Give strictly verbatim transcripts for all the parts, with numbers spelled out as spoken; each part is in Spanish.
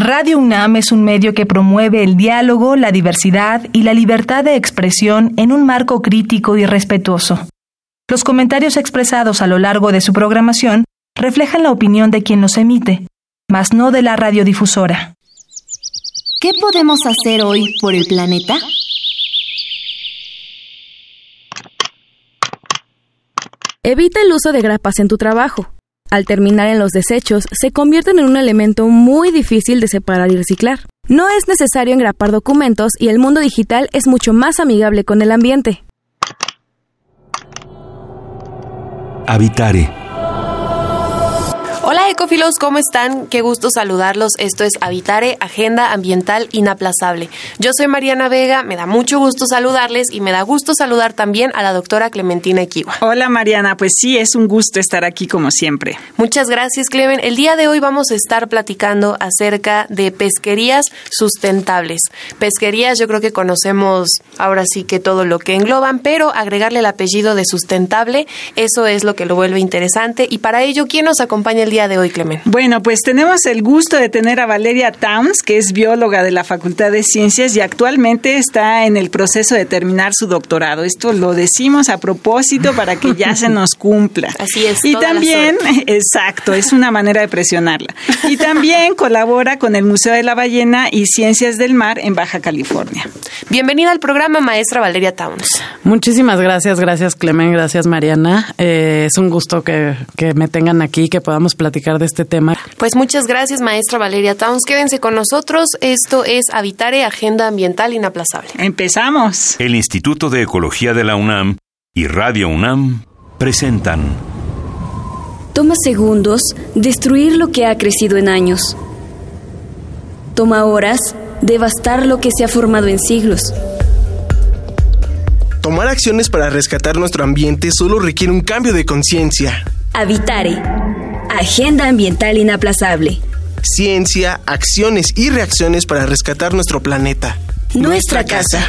Radio UNAM es un medio que promueve el diálogo, la diversidad y la libertad de expresión en un marco crítico y respetuoso. Los comentarios expresados a lo largo de su programación reflejan la opinión de quien los emite, mas no de la radiodifusora. ¿Qué podemos hacer hoy por el planeta? Evita el uso de grapas en tu trabajo. Al terminar en los desechos, se convierten en un elemento muy difícil de separar y reciclar. No es necesario engrapar documentos y el mundo digital es mucho más amigable con el ambiente. Habitare. Hola ecófilos, ¿cómo están? Qué gusto saludarlos. Esto es Habitare, Agenda Ambiental Inaplazable. Yo soy Mariana Vega, me da mucho gusto saludarles y me da gusto saludar también a la doctora Clementina Equiwa. Hola Mariana, pues sí, es un gusto estar aquí como siempre. Muchas gracias, Clemen. El día de hoy vamos a estar platicando acerca de pesquerías sustentables. Pesquerías, yo creo que conocemos ahora sí que todo lo que engloban, pero agregarle el apellido de sustentable, eso es lo que lo vuelve interesante. Y para ello, ¿quién nos acompaña el día de hoy, Clemen? Bueno, pues tenemos el gusto de tener a Valeria Towns, que es bióloga de la Facultad de Ciencias y actualmente está en el proceso de terminar su doctorado. Esto lo decimos a propósito para que ya se nos cumpla. Así es. Y también, exacto, es una manera de presionarla. Y también colabora con el Museo de la Ballena y Ciencias del Mar en Baja California. Bienvenida al programa, maestra Valeria Towns. Muchísimas gracias, gracias Clemen, gracias Mariana. Eh, es un gusto que, que me tengan aquí, que podamos platicar de este tema. Pues muchas gracias, maestra Valeria Towns. Quédense con nosotros. Esto es Habitare, Agenda Ambiental Inaplazable. Empezamos. El Instituto de Ecología de la UNAM y Radio UNAM presentan. Toma segundos destruir lo que ha crecido en años. Toma horas devastar lo que se ha formado en siglos. Tomar acciones para rescatar nuestro ambiente solo requiere un cambio de conciencia. Habitare. Agenda Ambiental Inaplazable. Ciencia, acciones y reacciones para rescatar nuestro planeta. Nuestra, Nuestra casa.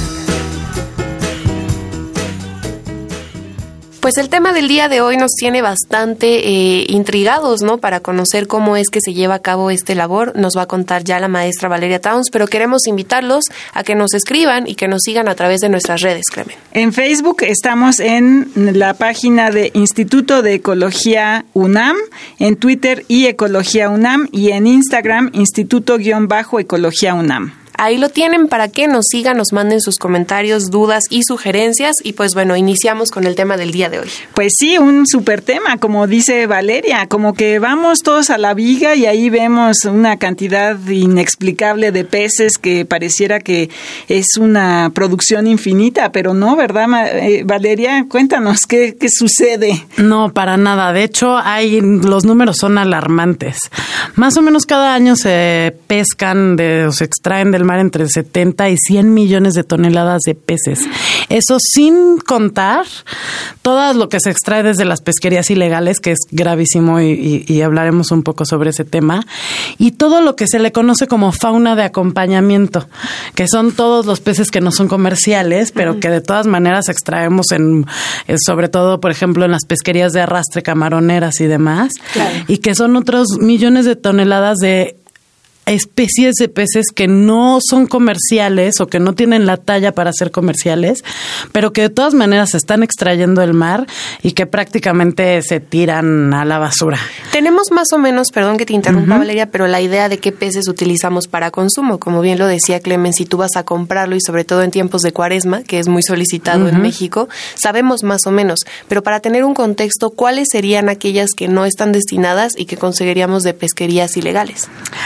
Pues el tema del día de hoy nos tiene bastante eh, intrigados, ¿no? Para conocer cómo es que se lleva a cabo este labor, nos va a contar ya la maestra Valeria Towns, pero queremos invitarlos a que nos escriban y que nos sigan a través de nuestras redes, Clemen. En Facebook estamos en la página de Instituto de Ecología UNAM, en Twitter y Ecología UNAM y en Instagram Instituto-Ecología UNAM. Ahí lo tienen para que nos sigan, nos manden sus comentarios, dudas y sugerencias. Y pues bueno, iniciamos con el tema del día de hoy. Pues sí, un súper tema, como dice Valeria, como que vamos todos a la viga y ahí vemos una cantidad inexplicable de peces que pareciera que es una producción infinita, pero no, ¿verdad, Valeria? Cuéntanos, ¿qué, qué sucede? No, para nada. De hecho, hay los números son alarmantes. Más o menos cada año se pescan, de, o se extraen del mar entre setenta y cien millones de toneladas de peces. Eso sin contar todo lo que se extrae desde las pesquerías ilegales, que es gravísimo y, y, y hablaremos un poco sobre ese tema, y todo lo que se le conoce como fauna de acompañamiento, que son todos los peces que no son comerciales, pero uh-huh. que de todas maneras extraemos en, sobre todo, por ejemplo, en las pesquerías de arrastre, camaroneras y demás, claro. y que son otros millones de toneladas de especies de peces que no son comerciales o que no tienen la talla para ser comerciales, pero que de todas maneras se están extrayendo del mar y que prácticamente se tiran a la basura. Tenemos más o menos, perdón que te interrumpa, uh-huh. Valeria, pero la idea de qué peces utilizamos para consumo. Como bien lo decía Clemen, si tú vas a comprarlo y sobre todo en tiempos de cuaresma, que es muy solicitado uh-huh. en México, sabemos más o menos, pero para tener un contexto, ¿cuáles serían aquellas que no están destinadas y que conseguiríamos de pesquerías ilegales?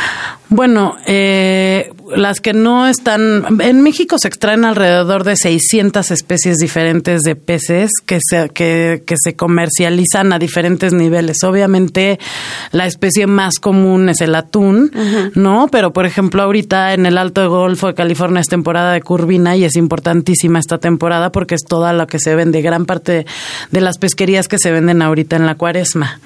Bueno, eh, las que no están... En México se extraen alrededor de seiscientas especies diferentes de peces que se, que, que se comercializan a diferentes niveles. Obviamente, la especie más común es el atún, uh-huh. ¿no? Pero, por ejemplo, ahorita en el Alto Golfo de California es temporada de curvina y es importantísima esta temporada porque es toda lo que se vende, gran parte de las pesquerías que se venden ahorita en la cuaresma.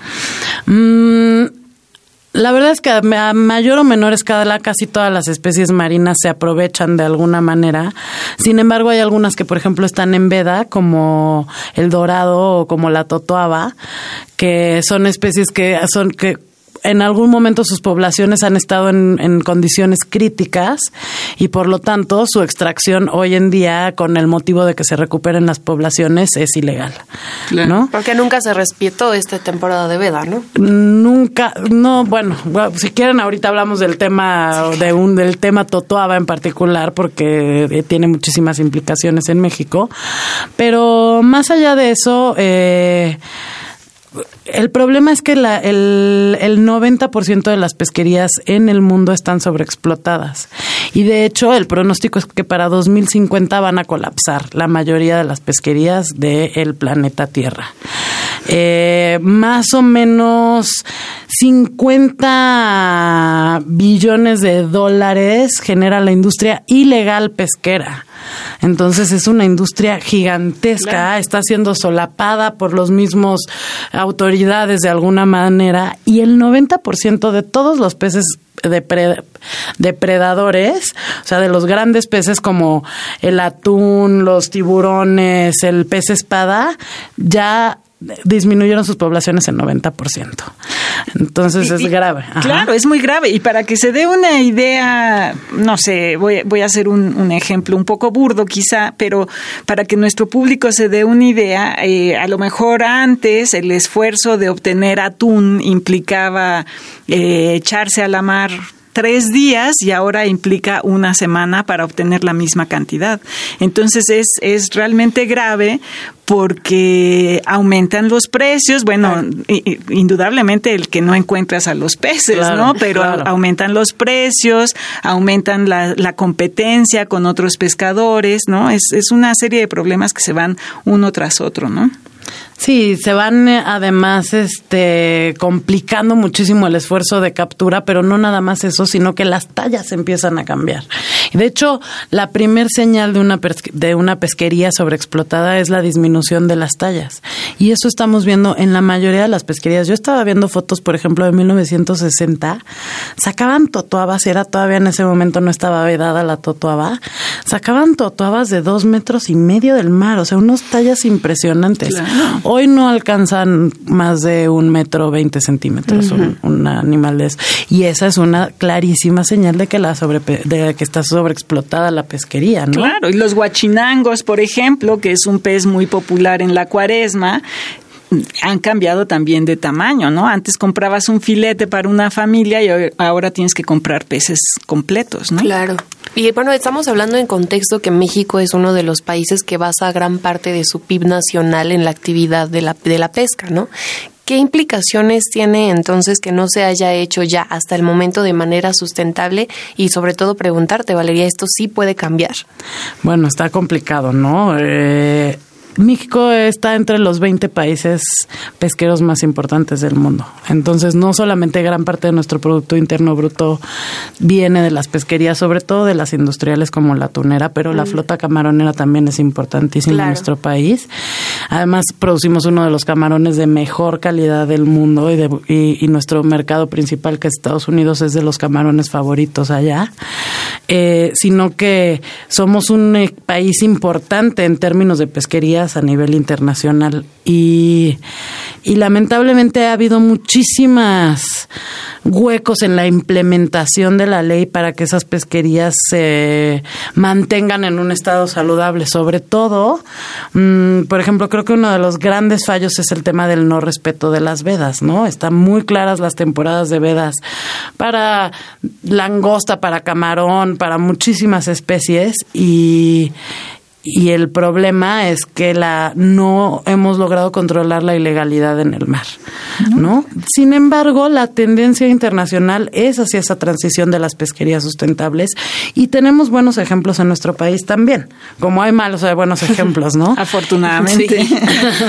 Mm, La verdad es que a mayor o menor escala casi todas las especies marinas se aprovechan de alguna manera. Sin embargo, hay algunas que, por ejemplo, están en veda, como el dorado o como la totoaba, que son especies que son que en algún momento sus poblaciones han estado en, en condiciones críticas y por lo tanto su extracción hoy en día, con el motivo de que se recuperen las poblaciones, es ilegal, ¿no? Porque nunca se respetó esta temporada de veda, ¿no? Nunca, no, bueno, bueno, si quieren ahorita hablamos del tema, de un del tema Totoaba en particular, porque tiene muchísimas implicaciones en México, pero más allá de eso, eh, el problema es que la, el, el noventa por ciento de las pesquerías en el mundo están sobreexplotadas. Y de hecho, el pronóstico es que para dos mil cincuenta van a colapsar la mayoría de las pesquerías del planeta Tierra. Eh, más o menos cincuenta billones de dólares genera la industria ilegal pesquera. Entonces es una industria gigantesca, claro. Está siendo solapada por los mismos autoridades de alguna manera, y el noventa por ciento de todos los peces depre- depredadores, o sea, de los grandes peces como el atún, los tiburones, el pez espada, ya disminuyeron sus poblaciones en noventa por ciento. Entonces y, es grave. Ajá. Claro, es muy grave. Y para que se dé una idea, no sé, voy, voy a hacer un, un ejemplo un poco burdo quizá, pero para que nuestro público se dé una idea, eh, a lo mejor antes el esfuerzo de obtener atún implicaba eh, echarse a la mar tres días y ahora implica una semana para obtener la misma cantidad. Entonces es, es realmente grave porque aumentan los precios. Bueno, claro. Indudablemente el que no encuentras a los peces, claro, ¿no? Pero claro. Aumentan los precios, aumentan la, la competencia con otros pescadores, ¿no? Es, es una serie de problemas que se van uno tras otro, ¿no? Sí, se van además este complicando muchísimo el esfuerzo de captura, pero no nada más eso, sino que las tallas empiezan a cambiar. Y de hecho, la primer señal de una pesque- de una pesquería sobreexplotada es la disminución de las tallas. Y eso estamos viendo en la mayoría de las pesquerías. Yo estaba viendo fotos, por ejemplo, de mil novecientos sesenta, sacaban totoabas, era todavía en ese momento no estaba vedada la totoaba, sacaban totoabas de dos metros y medio del mar, o sea, unos tallas impresionantes. Claro. Hoy no alcanzan más de un metro veinte centímetros, uh-huh. un, un animal de eso. Y esa es una clarísima señal de que la sobre, de que está sobreexplotada la pesquería, ¿no? Claro, y los guachinangos, por ejemplo, que es un pez muy popular en la Cuaresma, han cambiado también de tamaño, ¿no? Antes comprabas un filete para una familia y ahora tienes que comprar peces completos, ¿no? Claro. Y bueno, estamos hablando en contexto que México es uno de los países que basa gran parte de su P I B nacional en la actividad de la, de la pesca, ¿no? ¿Qué implicaciones tiene entonces que no se haya hecho ya hasta el momento de manera sustentable? Y sobre todo preguntarte, Valeria, ¿esto sí puede cambiar? Bueno, está complicado, ¿no? Eh... México está entre los veinte países pesqueros más importantes del mundo. Entonces, no solamente gran parte de nuestro Producto Interno Bruto viene de las pesquerías, sobre todo de las industriales como la tunera, pero mm. la flota camaronera también es importantísima claro. en nuestro país. Además, producimos uno de los camarones de mejor calidad del mundo y, de, y, y nuestro mercado principal, que es Estados Unidos, es de los camarones favoritos allá. Eh, sino que somos un eh, país importante en términos de pesquerías a nivel internacional y, y lamentablemente ha habido muchísimas huecos en la implementación de la ley para que esas pesquerías se mantengan en un estado saludable. Sobre todo, mmm, por ejemplo, creo que uno de los grandes fallos es el tema del no respeto de las vedas, ¿no? Están muy claras las temporadas de vedas para langosta, para camarón, para muchísimas especies y Y el problema es que la no hemos logrado controlar la ilegalidad en el mar, ¿no? Sin embargo, la tendencia internacional es hacia esa transición de las pesquerías sustentables y tenemos buenos ejemplos en nuestro país también, como hay malos, hay buenos ejemplos, ¿no? Afortunadamente. Sí.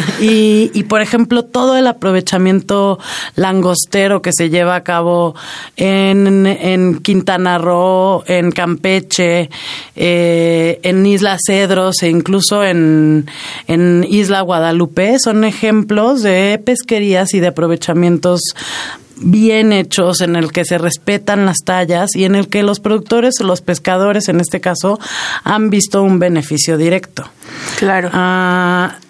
y, y, por ejemplo, todo el aprovechamiento langostero que se lleva a cabo en, en Quintana Roo, en Campeche, eh, en Isla Cedro, e incluso en, en Isla Guadalupe, son ejemplos de pesquerías y de aprovechamientos bien hechos en el que se respetan las tallas y en el que los productores o los pescadores, en este caso, han visto un beneficio directo. Claro. Ah,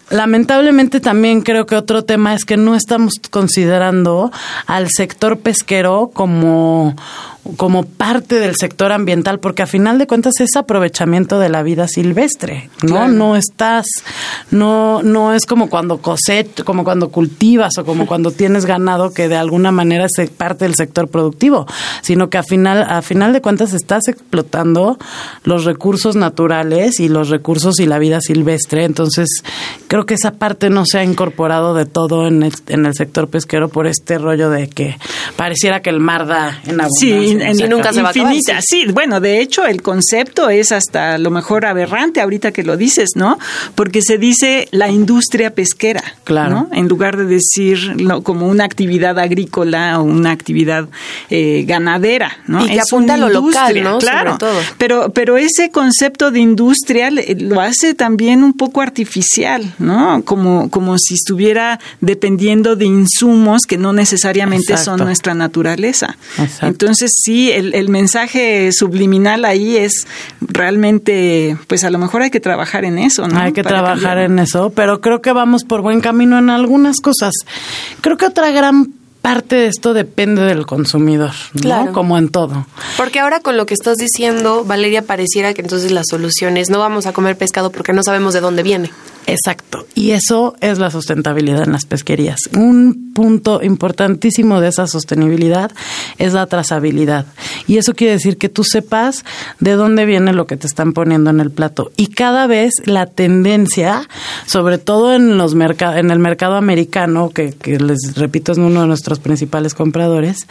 lamentablemente también creo que otro tema es que no estamos considerando al sector pesquero como como parte del sector ambiental, porque a final de cuentas es aprovechamiento de la vida silvestre, ¿no? Claro. No estás, no, no es como cuando cosechas, como cuando cultivas o como cuando tienes ganado, que de alguna manera es parte del sector productivo, sino que a final, a final de cuentas estás explotando los recursos naturales y los recursos y la vida silvestre. Entonces, creo que esa parte no se ha incorporado de todo en el, en el sector pesquero por este rollo de que pareciera que el mar da en abundancia. Sí. En, y nunca se va a acabar. Infinita, sí. sí. Bueno, de hecho, el concepto es hasta lo mejor aberrante ahorita que lo dices, ¿no? Porque se dice la industria pesquera, claro, ¿no? En lugar de decirlo como una actividad agrícola o una actividad eh, ganadera, ¿no? Y que es apunta a lo local, ¿no? Claro, sobre todo. Pero, pero ese concepto de industria lo hace también un poco artificial, ¿no? Como, como si estuviera dependiendo de insumos que no necesariamente Exacto. son nuestra naturaleza. Exacto. Entonces, sí, el, el mensaje subliminal ahí es realmente, pues a lo mejor hay que trabajar en eso, ¿no? Hay que Para trabajar cambiar. en eso, pero creo que vamos por buen camino en algunas cosas. Creo que otra gran parte de esto depende del consumidor, ¿no? Claro. Como en todo. Porque ahora con lo que estás diciendo, Valeria, pareciera que entonces la solución es no vamos a comer pescado porque no sabemos de dónde viene. Exacto. Y eso es la sustentabilidad en las pesquerías. Un punto importantísimo de esa sostenibilidad es la trazabilidad. Y eso quiere decir que tú sepas de dónde viene lo que te están poniendo en el plato. Y cada vez la tendencia, sobre todo en los mercados, en el mercado americano, que, que les repito es uno de nuestros principales compradores,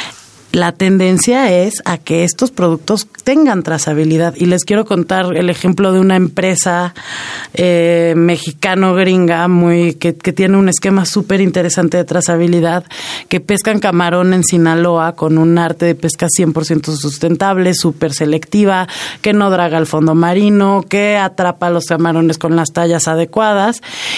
la tendencia es a que estos productos tengan trazabilidad. Y les quiero contar el ejemplo de una empresa eh, mexicano-gringa muy que, que tiene un esquema súper interesante de trazabilidad, que pescan camarón en Sinaloa con un arte de pesca cien por ciento sustentable, súper selectiva, que no draga el fondo marino, que atrapa los camarones con las tallas adecuadas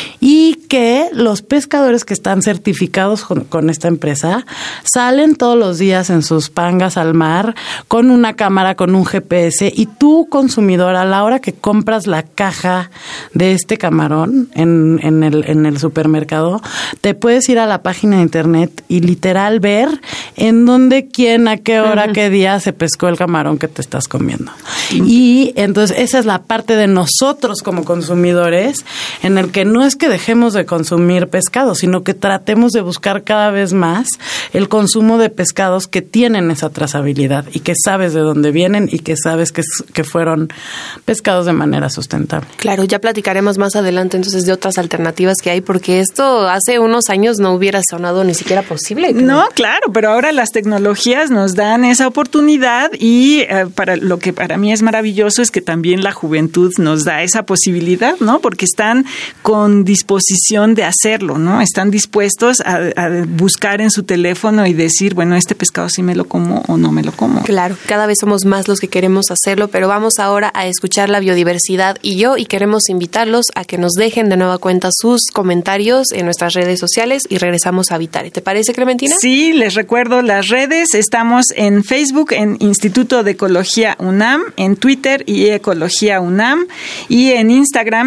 y que los pescadores que están certificados con, con esta empresa salen todos los días en sus pangas al mar con una cámara, con un G P S, y tú, consumidor, a la hora que compras la caja de este camarón en, en, el, en el supermercado, te puedes ir a la página de internet y literal ver en dónde, quién, a qué hora, uh-huh. qué día se pescó el camarón que te estás comiendo. Uh-huh. Y entonces esa es la parte de nosotros como consumidores, en el que no es que dejemos de consumir pescado, sino que tratemos de buscar cada vez más el consumo de pescados que tienen esa trazabilidad y que sabes de dónde vienen y que sabes que, que fueron pescados de manera sustentable. Claro, ya platicaremos más adelante entonces de otras alternativas que hay, porque esto hace unos años no hubiera sonado ni siquiera posible. Creo. No, claro, pero ahora las tecnologías nos dan esa oportunidad y eh, para lo que para mí es maravilloso es que también la juventud nos da esa posibilidad, ¿no? Porque están con disposición de hacerlo, ¿no? Están dispuestos a, a buscar en su teléfono y decir, bueno, este pescado sí me lo como o no me lo como. Claro, cada vez somos más los que queremos hacerlo, pero vamos ahora a escuchar la biodiversidad y yo, y queremos invitarlos a que nos dejen de nueva cuenta sus comentarios en nuestras redes sociales y regresamos a Habitare. ¿Te parece, Clementina? Sí, les recuerdo las redes. Estamos en Facebook, en Instituto de Ecología UNAM, en Twitter y Ecología UNAM, y en Instagram,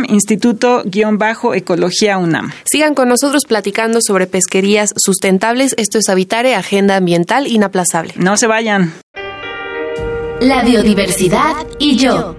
Instituto-Ecología UNAM. Sigan con nosotros platicando sobre pesquerías sustentables. Esto es Habitare, Agenda Ambiental Inaplazable. No se vayan. La biodiversidad y yo.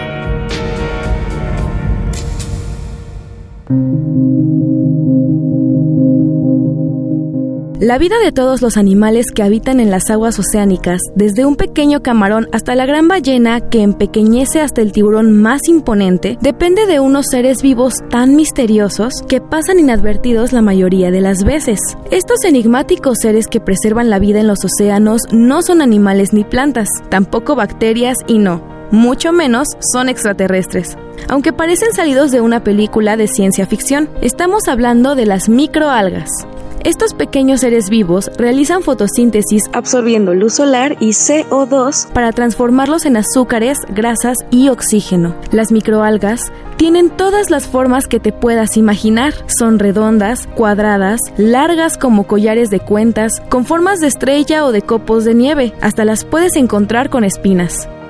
La vida de todos los animales que habitan en las aguas oceánicas, desde un pequeño camarón hasta la gran ballena que empequeñece hasta el tiburón más imponente, depende de unos seres vivos tan misteriosos que pasan inadvertidos la mayoría de las veces. Estos enigmáticos seres que preservan la vida en los océanos no son animales ni plantas, tampoco bacterias y no, mucho menos son extraterrestres. Aunque parecen salidos de una película de ciencia ficción, estamos hablando de las microalgas. Estos pequeños seres vivos realizan fotosíntesis absorbiendo luz solar y C O dos para transformarlos en azúcares, grasas y oxígeno. Las microalgas tienen todas las formas que te puedas imaginar. Son redondas, cuadradas, largas como collares de cuentas, con formas de estrella o de copos de nieve. Hasta las puedes encontrar con espinas.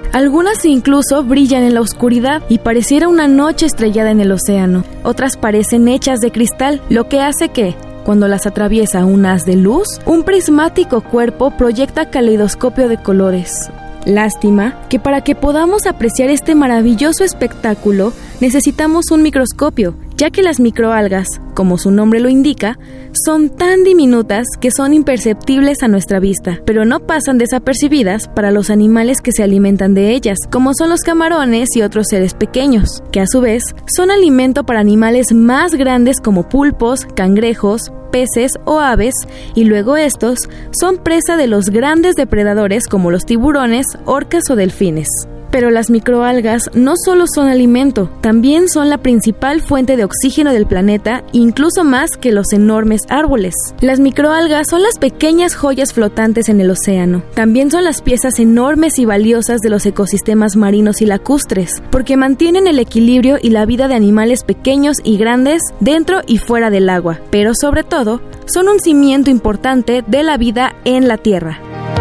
Algunas incluso brillan en la oscuridad y pareciera una noche estrellada en el océano. Otras parecen hechas de cristal, lo que hace que, cuando las atraviesa un haz de luz, un prismático cuerpo proyecta caleidoscopio de colores. Lástima que para que podamos apreciar este maravilloso espectáculo necesitamos un microscopio, ya que las microalgas, como su nombre lo indica, son tan diminutas que son imperceptibles a nuestra vista, pero no pasan desapercibidas para los animales que se alimentan de ellas, como son los camarones y otros seres pequeños, que a su vez son alimento para animales más grandes como pulpos, cangrejos, peces o aves, y luego estos son presa de los grandes depredadores como los tiburones, orcas o delfines. Pero las microalgas no solo son alimento, también son la principal fuente de oxígeno del planeta, incluso más que los enormes árboles. Las microalgas son las pequeñas joyas flotantes en el océano. También son las piezas enormes y valiosas de los ecosistemas marinos y lacustres, porque mantienen el equilibrio y la vida de animales pequeños y grandes dentro y fuera del agua, pero sobre todo, son un cimiento importante de la vida en la Tierra.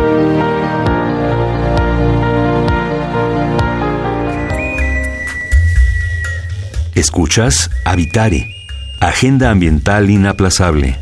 Escuchas Habitare, Agenda Ambiental Inaplazable.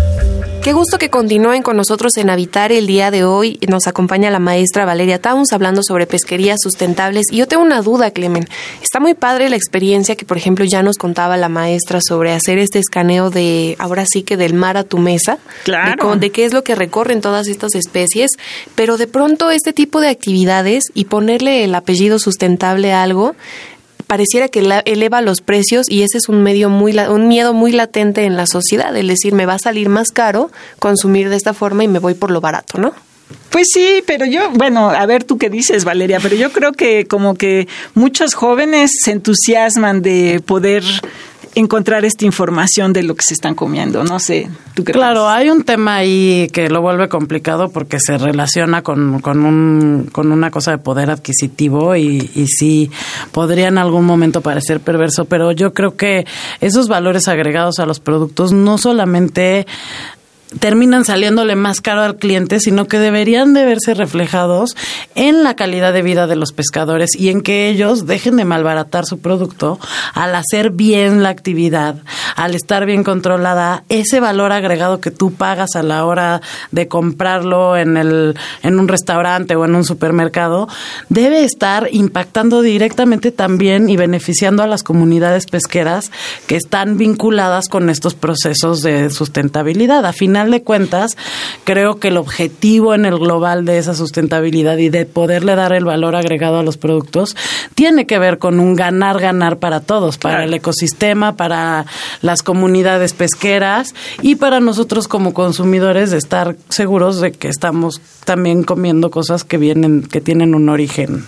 Qué gusto que continúen con nosotros en Habitare el día de hoy. Nos acompaña la maestra Valeria Towns hablando sobre pesquerías sustentables. Y yo tengo una duda, Clemen. Está muy padre la experiencia que, por ejemplo, ya nos contaba la maestra sobre hacer este escaneo de, ahora sí que del mar a tu mesa. Claro. De, de qué es lo que recorren todas estas especies. Pero de pronto este tipo de actividades y ponerle el apellido sustentable a algo, pareciera que eleva los precios, y ese es un medio muy un miedo muy latente en la sociedad, el decir, me va a salir más caro consumir de esta forma y me voy por lo barato, ¿no? Pues sí, pero yo, bueno, a ver tú qué dices, Valeria, pero yo creo que como que muchos jóvenes se entusiasman de poder encontrar esta información de lo que se están comiendo. No sé, ¿tú qué Claro, piensas? hay un tema ahí que lo vuelve complicado porque se relaciona con, con, un, con una cosa de poder adquisitivo y, y sí podría en algún momento parecer perverso, pero yo creo que esos valores agregados a los productos no solamente terminan saliéndole más caro al cliente, sino que deberían de verse reflejados en la calidad de vida de los pescadores y en que ellos dejen de malbaratar su producto al hacer bien la actividad, al estar bien controlada. Ese valor agregado que tú pagas a la hora de comprarlo en el en un restaurante o en un supermercado debe estar impactando directamente también y beneficiando a las comunidades pesqueras que están vinculadas con estos procesos de sustentabilidad. A final de cuentas, creo que el objetivo en el global de esa sustentabilidad y de poderle dar el valor agregado a los productos tiene que ver con un ganar-ganar para todos, para claro. el ecosistema, para las comunidades pesqueras y para nosotros como consumidores de estar seguros de que estamos también comiendo cosas que vienen, que tienen un origen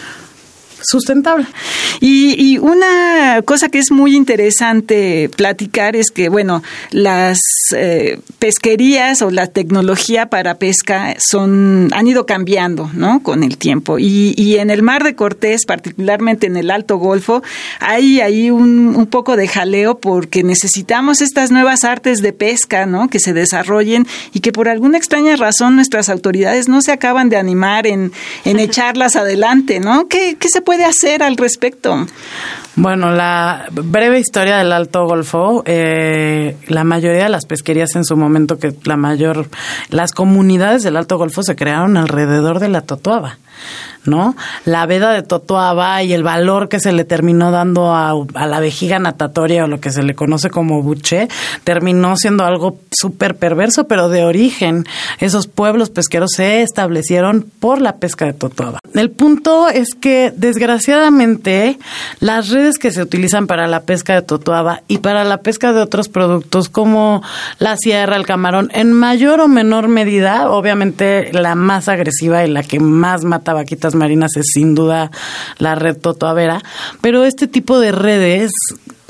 sustentable. Y, y una cosa que es muy interesante platicar es que, bueno, las eh, pesquerías o la tecnología para pesca son han ido cambiando, ¿no?, con el tiempo. Y, y en el Mar de Cortés, particularmente en el Alto Golfo, hay ahí un, un poco de jaleo porque necesitamos estas nuevas artes de pesca, ¿no?, que se desarrollen y que por alguna extraña razón nuestras autoridades no se acaban de animar en, en echarlas adelante, ¿no? ¿Qué, qué se puede hacer al respecto? Bueno, la breve historia del Alto Golfo, eh, la mayoría de las pesquerías en su momento, que la mayor, las comunidades del Alto Golfo se crearon alrededor de la totoaba, ¿no? La veda de totoaba y el valor que se le terminó dando a, a la vejiga natatoria o lo que se le conoce como buche, terminó siendo algo súper perverso, pero de origen. Esos pueblos pesqueros se establecieron por la pesca de totoaba. El punto es que, desgraciadamente, las redes que se utilizan para la pesca de totoaba y para la pesca de otros productos como la sierra, el camarón, en mayor o menor medida, obviamente la más agresiva y la que más mata vaquitas marinas es sin duda la red totoabera, pero este tipo de redes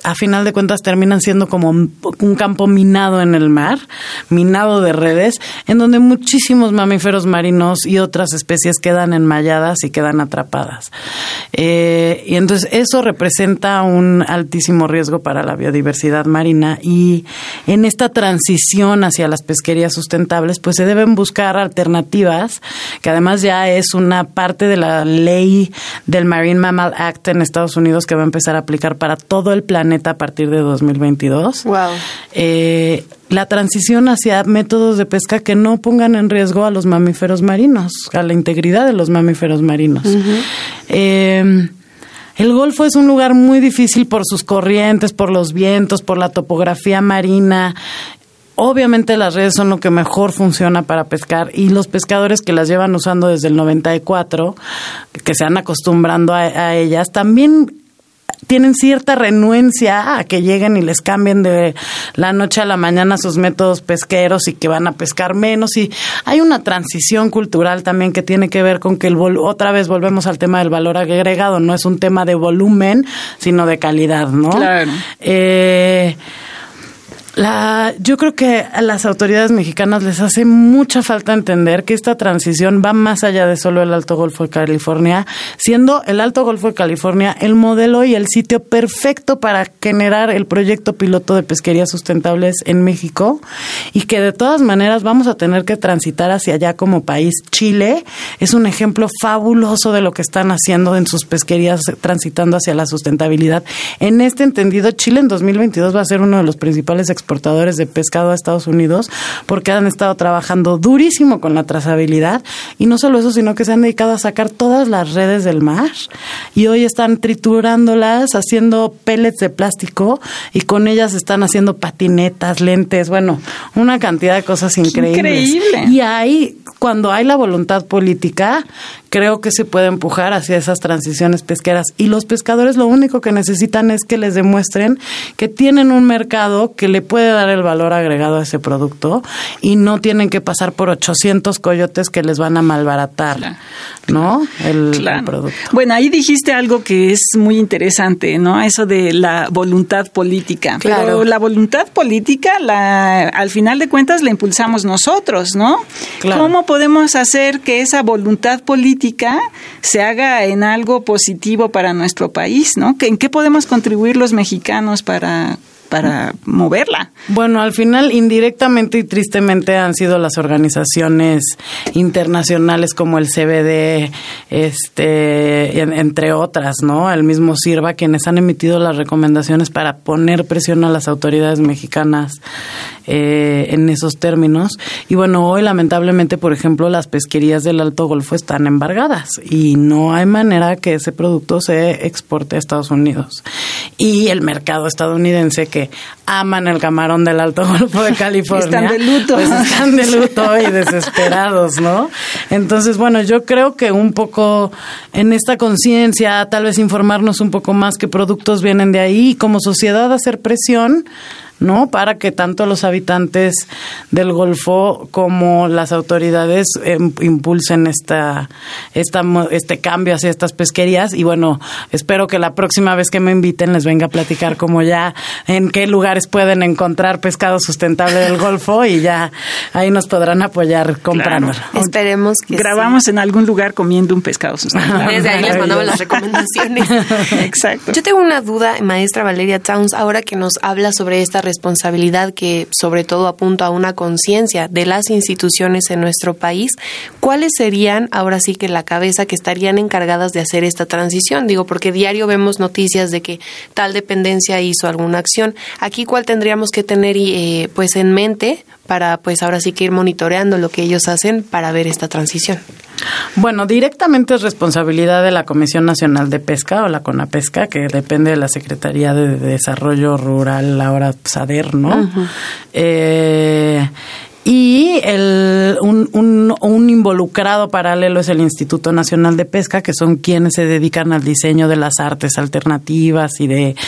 a final de cuentas terminan siendo como un campo minado en el mar, minado de redes, en donde muchísimos mamíferos marinos y otras especies quedan enmalladas y quedan atrapadas. Eh, y entonces eso representa un altísimo riesgo para la biodiversidad marina, y en esta transición hacia las pesquerías sustentables pues se deben buscar alternativas, que además ya es una parte de la ley del Marine Mammal Act en Estados Unidos, que va a empezar a aplicar para todo el planeta a partir de dos mil veintidós. Wow. Eh, la transición hacia métodos de pesca que no pongan en riesgo a los mamíferos marinos, a la integridad de los mamíferos marinos. Uh-huh. Eh, el Golfo es un lugar muy difícil por sus corrientes, por los vientos, por la topografía marina. Obviamente las redes son lo que mejor funciona para pescar, y los pescadores que las llevan usando desde el noventa y cuatro, que se han acostumbrando a, a ellas, también tienen cierta renuencia a que lleguen y les cambien de la noche a la mañana sus métodos pesqueros y que van a pescar menos. Y hay una transición cultural también que tiene que ver con que el vol- otra vez volvemos al tema del valor agregado. No es un tema de volumen, sino de calidad, ¿no? Claro. Eh... La, yo creo que a las autoridades mexicanas les hace mucha falta entender que esta transición va más allá de solo el Alto Golfo de California, siendo el Alto Golfo de California el modelo y el sitio perfecto para generar el proyecto piloto de pesquerías sustentables en México, y que de todas maneras vamos a tener que transitar hacia allá como país. Chile es un ejemplo fabuloso de lo que están haciendo en sus pesquerías transitando hacia la sustentabilidad. En este entendido, Chile en dos mil veintidós va a ser uno de los principales exportadores exportadores de pescado a Estados Unidos, porque han estado trabajando durísimo con la trazabilidad, y no solo eso, sino que se han dedicado a sacar todas las redes del mar, y hoy están triturándolas, haciendo pellets de plástico, y con ellas están haciendo patinetas, lentes, bueno, una cantidad de cosas increíbles. Increíble. Y ahí, cuando hay la voluntad política, creo que se puede empujar hacia esas transiciones pesqueras, y los pescadores lo único que necesitan es que les demuestren que tienen un mercado que le puede dar el valor agregado a ese producto, y no tienen que pasar por ochocientos coyotes que les van a malbaratar, claro, ¿no? El, claro. el producto. Bueno, ahí dijiste algo que es muy interesante, ¿no? Eso de la voluntad política. Claro. Pero la voluntad política, la, al final de cuentas, la impulsamos nosotros, ¿no? Claro. ¿Cómo podemos hacer que esa voluntad política se haga en algo positivo para nuestro país, ¿no? ¿En qué podemos contribuir los mexicanos para para moverla? Bueno, al final, indirectamente y tristemente, han sido las organizaciones internacionales como el C B D, este, entre otras, ¿no? El mismo SIRVA, quienes han emitido las recomendaciones para poner presión a las autoridades mexicanas eh, en esos términos. Y bueno, hoy lamentablemente, por ejemplo, las pesquerías del Alto Golfo están embargadas y no hay manera que ese producto se exporte a Estados Unidos. Y el mercado estadounidense, que aman el camarón del Alto Golfo de California, están de luto. Pues están de luto y desesperados, ¿no? Entonces, bueno, yo creo que un poco en esta conciencia, tal vez informarnos un poco más qué productos vienen de ahí, y como sociedad hacer presión, ¿no? Para que tanto los habitantes del Golfo como las autoridades eh, impulsen esta, esta, este cambio hacia estas pesquerías. Y bueno, espero que la próxima vez que me inviten les venga a platicar como ya en qué lugares pueden encontrar pescado sustentable del Golfo, y ya ahí nos podrán apoyar comprándolo. Claro. Esperemos que grabamos sí. en algún lugar comiendo un pescado sustentable. Desde ahí les mandamos las recomendaciones. Exacto. Yo tengo una duda, maestra Valeria Towns, ahora que nos habla sobre esta responsabilidad que sobre todo apunta a una conciencia de las instituciones en nuestro país. ¿Cuáles serían ahora sí que la cabeza que estarían encargadas de hacer esta transición? Digo, porque diario vemos noticias de que tal dependencia hizo alguna acción. Aquí, ¿cuál tendríamos que tener eh, pues en mente para pues ahora sí que ir monitoreando lo que ellos hacen para ver esta transición? Bueno, directamente es responsabilidad de la Comisión Nacional de Pesca, o la CONAPESCA, que depende de la Secretaría de Desarrollo Rural, ahora SADER, ¿no? Uh-huh. Eh... Y el, un, un, un involucrado paralelo es el Instituto Nacional de Pesca, que son quienes se dedican al diseño de las artes alternativas y de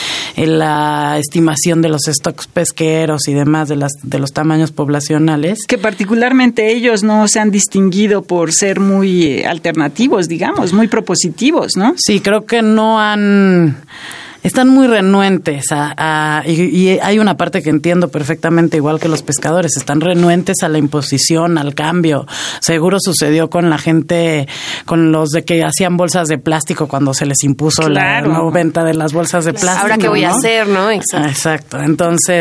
la estimación de los stocks pesqueros y demás, de las de los tamaños poblacionales. Que particularmente ellos no se han distinguido por ser muy alternativos, digamos, muy propositivos, ¿no? Sí, creo que no han... están muy renuentes a, a y, y hay una parte que entiendo perfectamente, igual que los pescadores, están renuentes a la imposición, al cambio. Seguro sucedió con la gente, con los de que hacían bolsas de plástico cuando se les impuso claro. la no venta de las bolsas de plástico. Ahora qué voy ¿no? a hacer, ¿no? Exacto. Exacto. Entonces,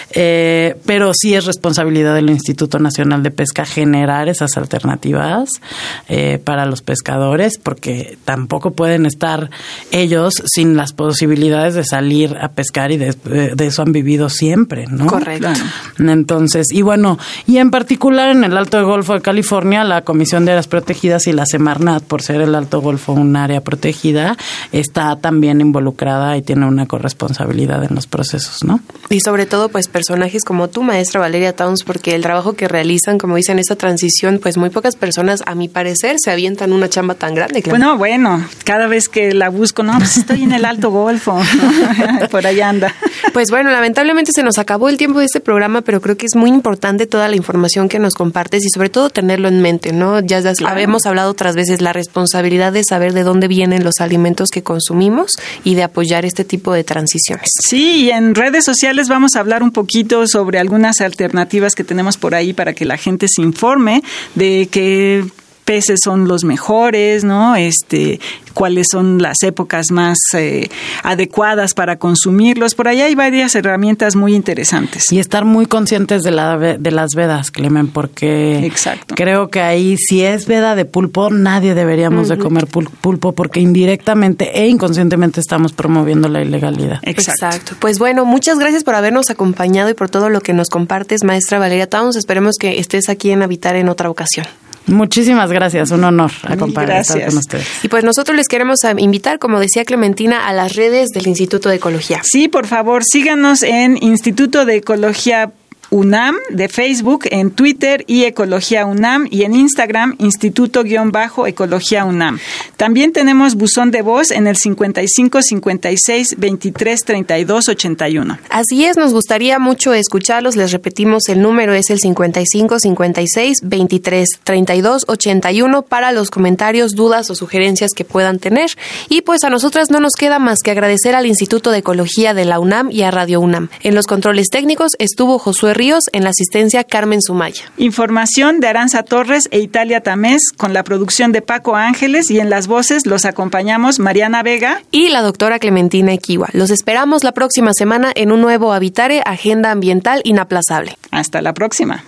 eh, pero sí es responsabilidad del Instituto Nacional de Pesca generar esas alternativas eh, para los pescadores, porque tampoco pueden estar ellos sin las posibilidades de salir a pescar y de, de eso han vivido siempre, ¿no? Correcto. Claro. Entonces, y bueno, y en particular en el Alto Golfo de California, la Comisión de Áreas Protegidas y la Semarnat, por ser el Alto Golfo un área protegida, está también involucrada y tiene una corresponsabilidad en los procesos, ¿no? Y sobre todo, pues, personajes como tú, maestra Valeria Towns, porque el trabajo que realizan, como dicen, esta transición, pues muy pocas personas, a mi parecer, se avientan una chamba tan grande. Claro. Bueno, bueno, cada vez que la busco, no, pues estoy en el Alto Golfo, por allá anda. Pues bueno, lamentablemente se nos acabó el tiempo de este programa, pero creo que es muy importante toda la información que nos compartes y sobre todo tenerlo en mente, ¿no? Ya, ya claro. habemos hablado otras veces, la responsabilidad de saber de dónde vienen los alimentos que consumimos y de apoyar este tipo de transiciones. Sí, y en redes sociales vamos a hablar un poquito sobre algunas alternativas que tenemos por ahí para que la gente se informe de qué peces son los mejores, ¿no? Este, cuáles son las épocas más eh, adecuadas para consumirlos. Por ahí hay varias herramientas muy interesantes. Y estar muy conscientes de la de las vedas, Clemen, porque Exacto. creo que ahí si es veda de pulpo, nadie deberíamos uh-huh. de comer pulpo porque indirectamente e inconscientemente estamos promoviendo la ilegalidad. Exacto. Exacto. Pues bueno, muchas gracias por habernos acompañado y por todo lo que nos compartes, maestra Valeria Towns. Esperemos que estés aquí en Habitar en otra ocasión. Muchísimas gracias, un honor acompañar estar con ustedes. Y pues nosotros les queremos invitar, como decía Clementina, a las redes del Instituto de Ecología. Sí, por favor, síganos en Instituto de Ecología UNAM de Facebook, en Twitter y Ecología UNAM y en Instagram Instituto-Ecología UNAM. También tenemos buzón de voz en el cincuenta y cinco cincuenta y seis veintitrés treinta y dos ochenta y uno. Así es, nos gustaría mucho escucharlos. Les repetimos, el número es el cincuenta y cinco cincuenta y seis veintitrés treinta y dos ochenta y uno para los comentarios, dudas o sugerencias que puedan tener. Y pues a nosotras no nos queda más que agradecer al Instituto de Ecología de la UNAM y a Radio UNAM. En los controles técnicos estuvo Josué Ríos, en la asistencia Carmen Sumaya. Información de Aranza Torres e Italia Tamés, con la producción de Paco Ángeles, y en las voces los acompañamos Mariana Vega y la doctora Clementina Equiwa. Los esperamos la próxima semana en un nuevo Habitare, Agenda Ambiental Inaplazable. Hasta la próxima.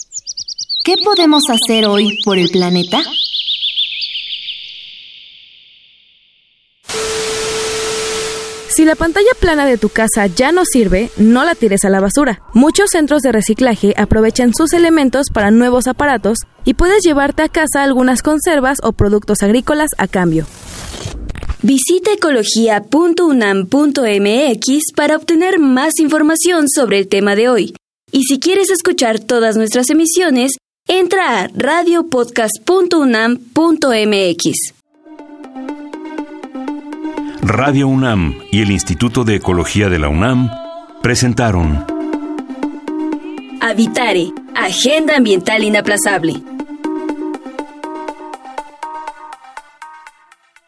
¿Qué podemos hacer hoy por el planeta? Si la pantalla plana de tu casa ya no sirve, no la tires a la basura. Muchos centros de reciclaje aprovechan sus elementos para nuevos aparatos y puedes llevarte a casa algunas conservas o productos agrícolas a cambio. Visita ecología punto unam punto m x para obtener más información sobre el tema de hoy. Y si quieres escuchar todas nuestras emisiones, entra a radio podcast punto unam punto m x. Radio UNAM y el Instituto de Ecología de la UNAM presentaron Habitare, Agenda Ambiental Inaplazable.